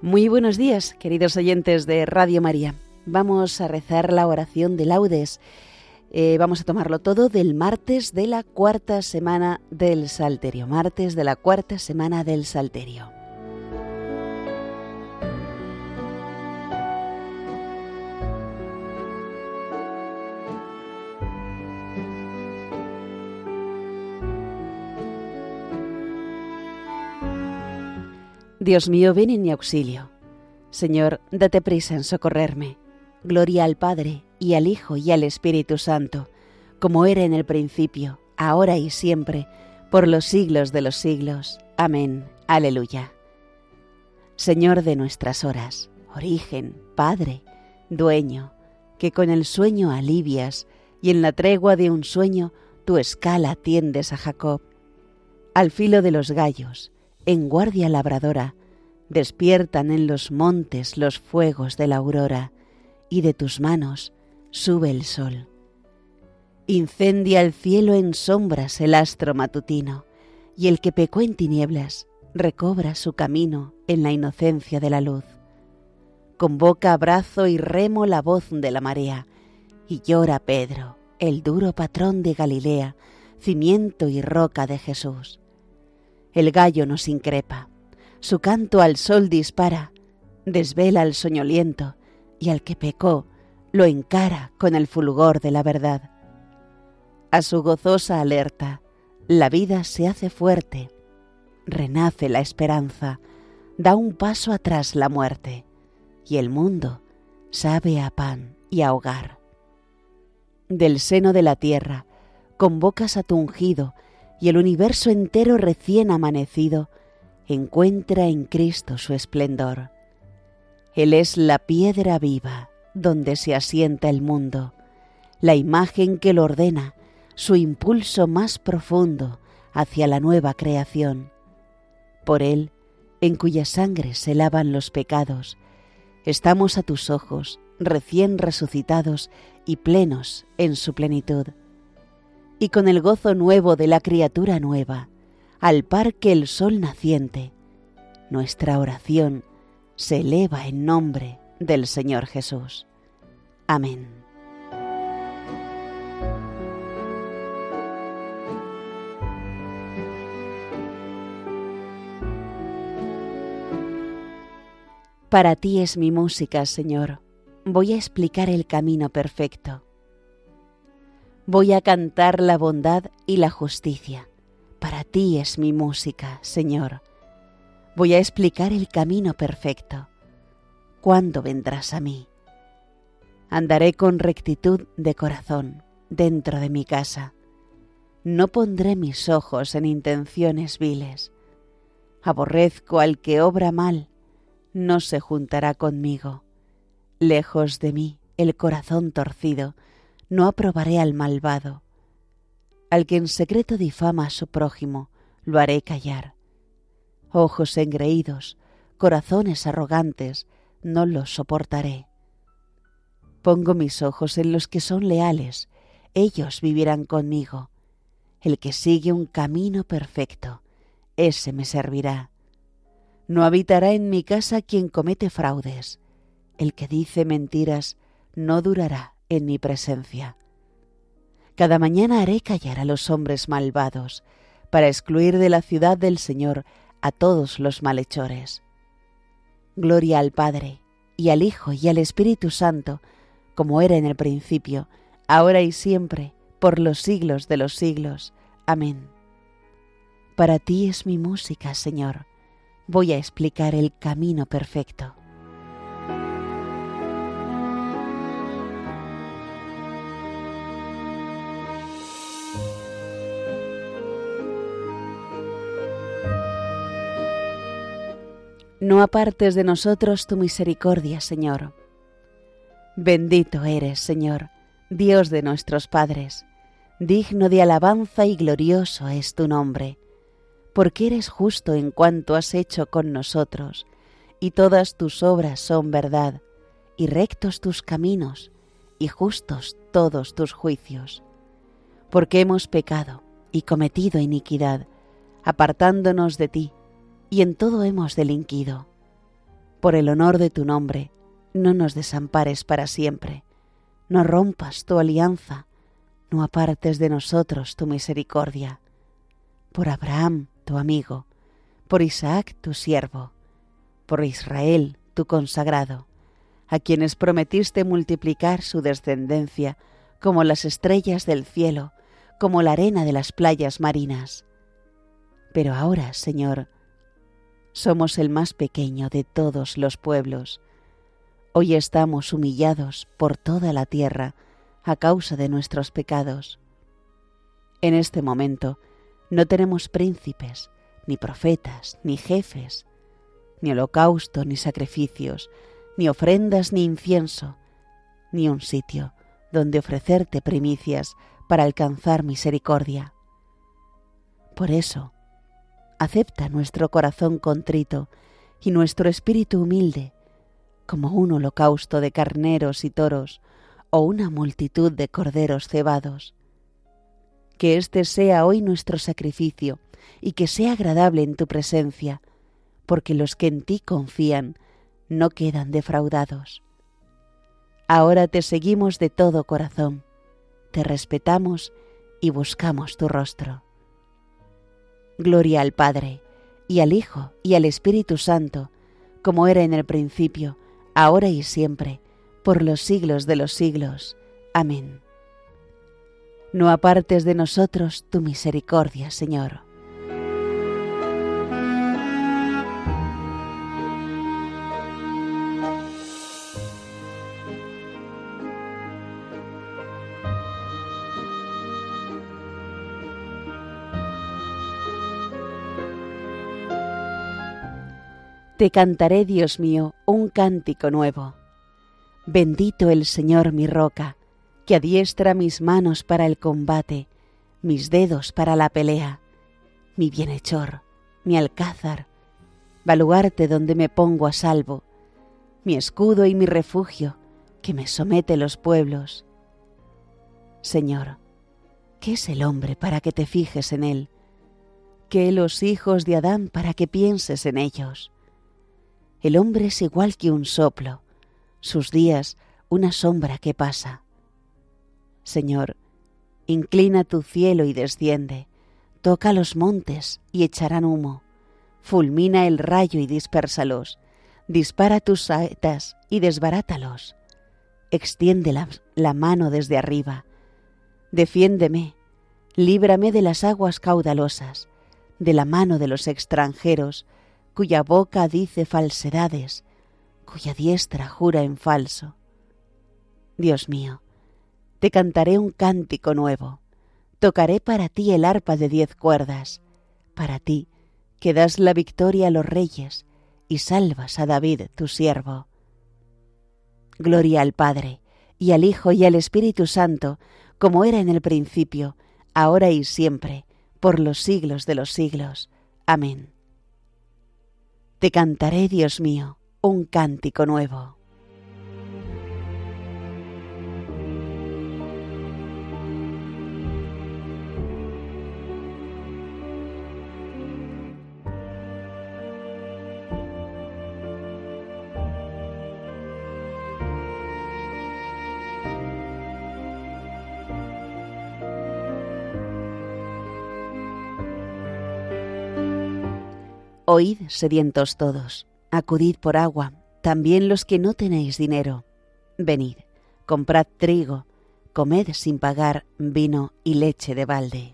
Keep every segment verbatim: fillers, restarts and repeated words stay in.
Muy buenos días, queridos oyentes de Radio María. Vamos a rezar la oración de laudes. Eh, vamos a tomarlo todo del martes de la cuarta semana del Salterio. Martes de la cuarta semana del Salterio. Dios mío, ven en mi auxilio. Señor, date prisa en socorrerme. Gloria al Padre, y al Hijo, y al Espíritu Santo, como era en el principio, ahora y siempre, por los siglos de los siglos. Amén. Aleluya. Señor de nuestras horas, origen, Padre, dueño, que con el sueño alivias, y en la tregua de un sueño tu escala tiendes a Jacob. Al filo de los gallos, en guardia labradora, despiertan en los montes los fuegos de la aurora, y de tus manos sube el sol. Incendia el cielo en sombras el astro matutino, y el que pecó en tinieblas recobra su camino en la inocencia de la luz. Convoca a brazo y remo la voz de la marea, y llora Pedro, el duro patrón de Galilea, cimiento y roca de Jesús. El gallo nos increpa, su canto al sol dispara, desvela al soñoliento, y al que pecó lo encara con el fulgor de la verdad. A su gozosa alerta, la vida se hace fuerte, renace la esperanza, da un paso atrás la muerte, y el mundo sabe a pan y a hogar. Del seno de la tierra convocas a tu ungido, y el universo entero recién amanecido encuentra en Cristo su esplendor. Él es la piedra viva donde se asienta el mundo, la imagen que lo ordena, su impulso más profundo hacia la nueva creación. Por Él, en cuya sangre se lavan los pecados, estamos a tus ojos, recién resucitados y plenos en su plenitud. Y con el gozo nuevo de la criatura nueva, al par que el sol naciente, nuestra oración se eleva en nombre del Señor Jesús. Amén. Para ti es mi música, Señor. Voy a explicar el camino perfecto. Voy a cantar la bondad y la justicia. Para ti es mi música, Señor. Voy a explicar el camino perfecto. ¿Cuándo vendrás a mí? Andaré con rectitud de corazón dentro de mi casa. No pondré mis ojos en intenciones viles. Aborrezco al que obra mal, no se juntará conmigo. Lejos de mí el corazón torcido, no aprobaré al malvado. Al que en secreto difama a su prójimo, lo haré callar. Ojos engreídos, corazones arrogantes, no los soportaré. Pongo mis ojos en los que son leales, ellos vivirán conmigo. El que sigue un camino perfecto, ese me servirá. No habitará en mi casa quien comete fraudes. El que dice mentiras no durará en mi presencia. Cada mañana haré callar a los hombres malvados, para excluir de la ciudad del Señor a todos los malhechores. Gloria al Padre, y al Hijo, y al Espíritu Santo, como era en el principio, ahora y siempre, por los siglos de los siglos. Amén. Para ti es mi música, Señor. Voy a explicar el camino perfecto. No apartes de nosotros tu misericordia, Señor. Bendito eres, Señor, Dios de nuestros padres. Digno de alabanza y glorioso es tu nombre, porque eres justo en cuanto has hecho con nosotros, y todas tus obras son verdad, y rectos tus caminos, y justos todos tus juicios. Porque hemos pecado y cometido iniquidad, apartándonos de ti, y en todo hemos delinquido. Por el honor de tu nombre, no nos desampares para siempre. No rompas tu alianza, no apartes de nosotros tu misericordia. Por Abraham, tu amigo, por Isaac, tu siervo, por Israel, tu consagrado, a quienes prometiste multiplicar su descendencia como las estrellas del cielo, como la arena de las playas marinas. Pero ahora, Señor, somos el más pequeño de todos los pueblos. Hoy estamos humillados por toda la tierra a causa de nuestros pecados. En este momento no tenemos príncipes, ni profetas, ni jefes, ni holocausto, ni sacrificios, ni ofrendas, ni incienso, ni un sitio donde ofrecerte primicias para alcanzar misericordia. Por eso, acepta nuestro corazón contrito y nuestro espíritu humilde como un holocausto de carneros y toros o una multitud de corderos cebados. Que este sea hoy nuestro sacrificio y que sea agradable en tu presencia, porque los que en ti confían no quedan defraudados. Ahora te seguimos de todo corazón, te respetamos y buscamos tu rostro. Gloria al Padre, y al Hijo, y al Espíritu Santo, como era en el principio, ahora y siempre, por los siglos de los siglos. Amén. No apartes de nosotros tu misericordia, Señor. Te cantaré, Dios mío, un cántico nuevo. Bendito el Señor mi roca, que adiestra mis manos para el combate, mis dedos para la pelea, mi bienhechor, mi alcázar, baluarte donde me pongo a salvo, mi escudo y mi refugio, que me somete los pueblos. Señor, ¿qué es el hombre para que te fijes en él? ¿Qué los hijos de Adán para que pienses en ellos? El hombre es igual que un soplo, sus días una sombra que pasa. Señor, inclina tu cielo y desciende, toca los montes y echarán humo, fulmina el rayo y dispérsalos, dispara tus saetas y desbarátalos, extiende la, la mano desde arriba, defiéndeme, líbrame de las aguas caudalosas, de la mano de los extranjeros, cuya boca dice falsedades, cuya diestra jura en falso. Dios mío, te cantaré un cántico nuevo, tocaré para ti el arpa de diez cuerdas, para ti que das la victoria a los reyes y salvas a David tu siervo. Gloria al Padre, y al Hijo, y al Espíritu Santo, como era en el principio, ahora y siempre, por los siglos de los siglos. Amén. Te cantaré, Dios mío, un cántico nuevo. Oíd, sedientos todos, acudid por agua, también los que no tenéis dinero. Venid, comprad trigo, comed sin pagar vino y leche de balde.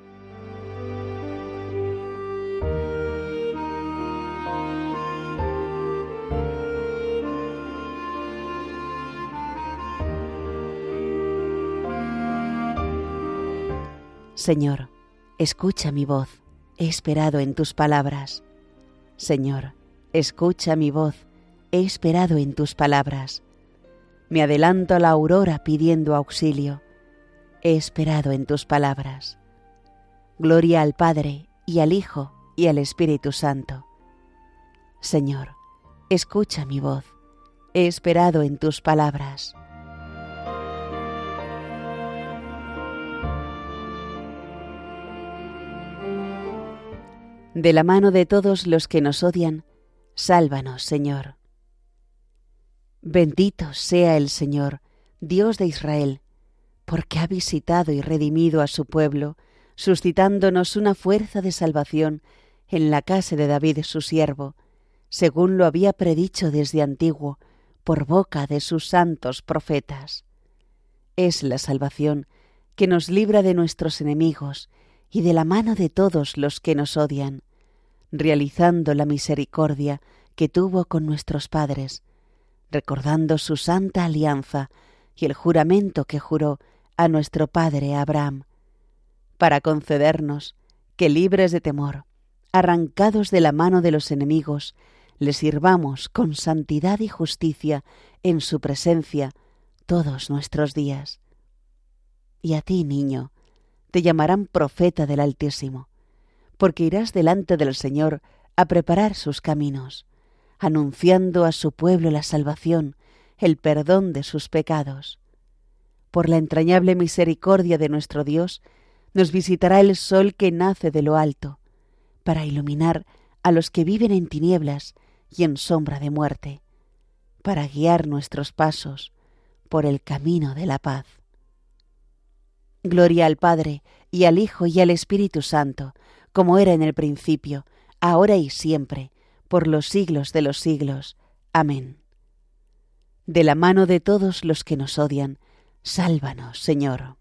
Señor, escucha mi voz, he esperado en tus palabras. Señor, escucha mi voz, he esperado en tus palabras. Me adelanto a la aurora pidiendo auxilio, he esperado en tus palabras. Gloria al Padre, y al Hijo, y al Espíritu Santo. Señor, escucha mi voz, he esperado en tus palabras. De la mano de todos los que nos odian, sálvanos, Señor. Bendito sea el Señor, Dios de Israel, porque ha visitado y redimido a su pueblo, suscitándonos una fuerza de salvación en la casa de David su siervo, según lo había predicho desde antiguo, por boca de sus santos profetas. Es la salvación que nos libra de nuestros enemigos y de la mano de todos los que nos odian, realizando la misericordia que tuvo con nuestros padres, recordando su santa alianza y el juramento que juró a nuestro padre Abraham, para concedernos que, libres de temor, arrancados de la mano de los enemigos, le sirvamos con santidad y justicia en su presencia todos nuestros días. Y a ti, niño, te llamarán profeta del Altísimo, porque irás delante del Señor a preparar sus caminos, anunciando a su pueblo la salvación, el perdón de sus pecados. Por la entrañable misericordia de nuestro Dios, nos visitará el sol que nace de lo alto, para iluminar a los que viven en tinieblas y en sombra de muerte, para guiar nuestros pasos por el camino de la paz. Gloria al Padre, y al Hijo, y al Espíritu Santo, como era en el principio, ahora y siempre, por los siglos de los siglos. Amén. De la mano de todos los que nos odian, sálvanos, Señor.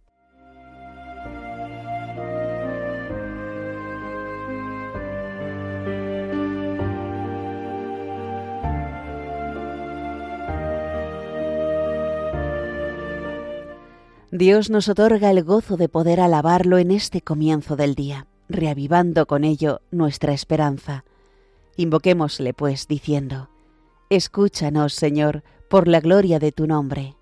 Dios nos otorga el gozo de poder alabarlo en este comienzo del día, reavivando con ello nuestra esperanza. Invoquémosle, pues, diciendo: escúchanos, Señor, por la gloria de tu nombre.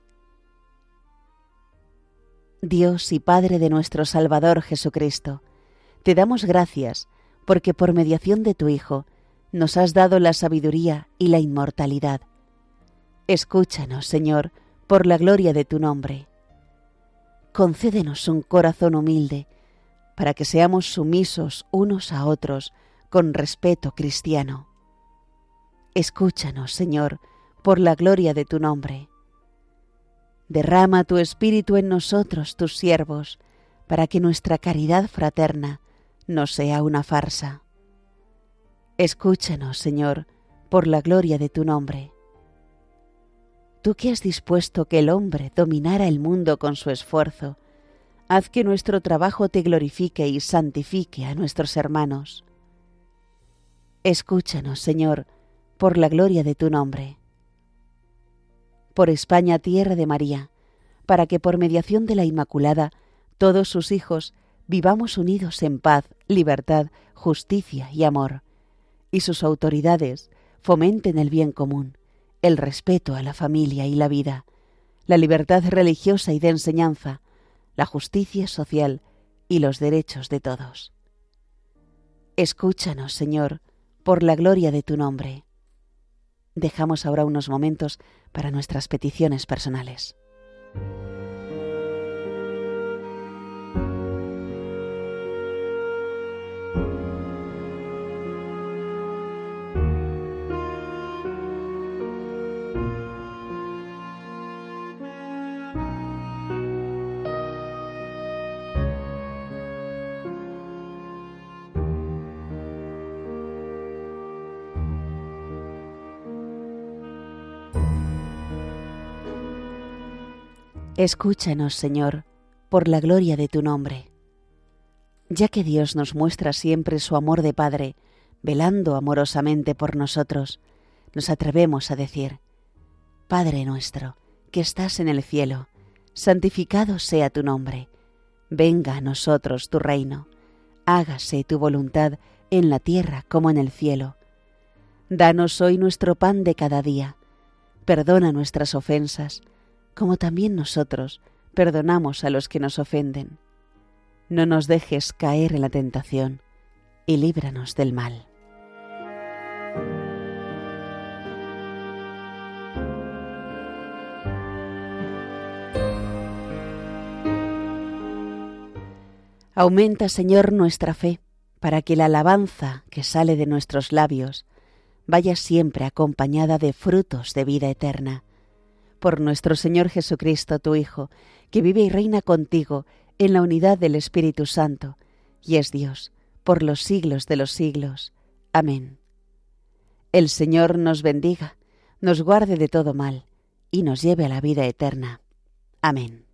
Dios y Padre de nuestro Salvador Jesucristo, te damos gracias porque por mediación de tu Hijo nos has dado la sabiduría y la inmortalidad. Escúchanos, Señor, por la gloria de tu nombre. Concédenos un corazón humilde, para que seamos sumisos unos a otros con respeto cristiano. Escúchanos, Señor, por la gloria de tu nombre. Derrama tu Espíritu en nosotros, tus siervos, para que nuestra caridad fraterna no sea una farsa. Escúchanos, Señor, por la gloria de tu nombre. Tú que has dispuesto que el hombre dominara el mundo con su esfuerzo, haz que nuestro trabajo te glorifique y santifique a nuestros hermanos. Escúchanos, Señor, por la gloria de tu nombre. Por España, tierra de María, para que por mediación de la Inmaculada todos sus hijos vivamos unidos en paz, libertad, justicia y amor, y sus autoridades fomenten el bien común, el respeto a la familia y la vida, la libertad religiosa y de enseñanza, la justicia social y los derechos de todos. Escúchanos, Señor, por la gloria de tu nombre. Dejamos ahora unos momentos para nuestras peticiones personales. Escúchanos, Señor, por la gloria de tu nombre. Ya que Dios nos muestra siempre su amor de Padre, velando amorosamente por nosotros, nos atrevemos a decir: Padre nuestro, que estás en el cielo, santificado sea tu nombre. Venga a nosotros tu reino. Hágase tu voluntad en la tierra como en el cielo. Danos hoy nuestro pan de cada día. Perdona nuestras ofensas, como también nosotros perdonamos a los que nos ofenden. No nos dejes caer en la tentación, y líbranos del mal. Aumenta, Señor, nuestra fe, para que la alabanza que sale de nuestros labios vaya siempre acompañada de frutos de vida eterna. por nuestro Señor Jesucristo, tu Hijo, que vive y reina contigo en la unidad del Espíritu Santo, y es Dios, por los siglos de los siglos. Amén. El Señor nos bendiga, nos guarde de todo mal, y nos lleve a la vida eterna. Amén.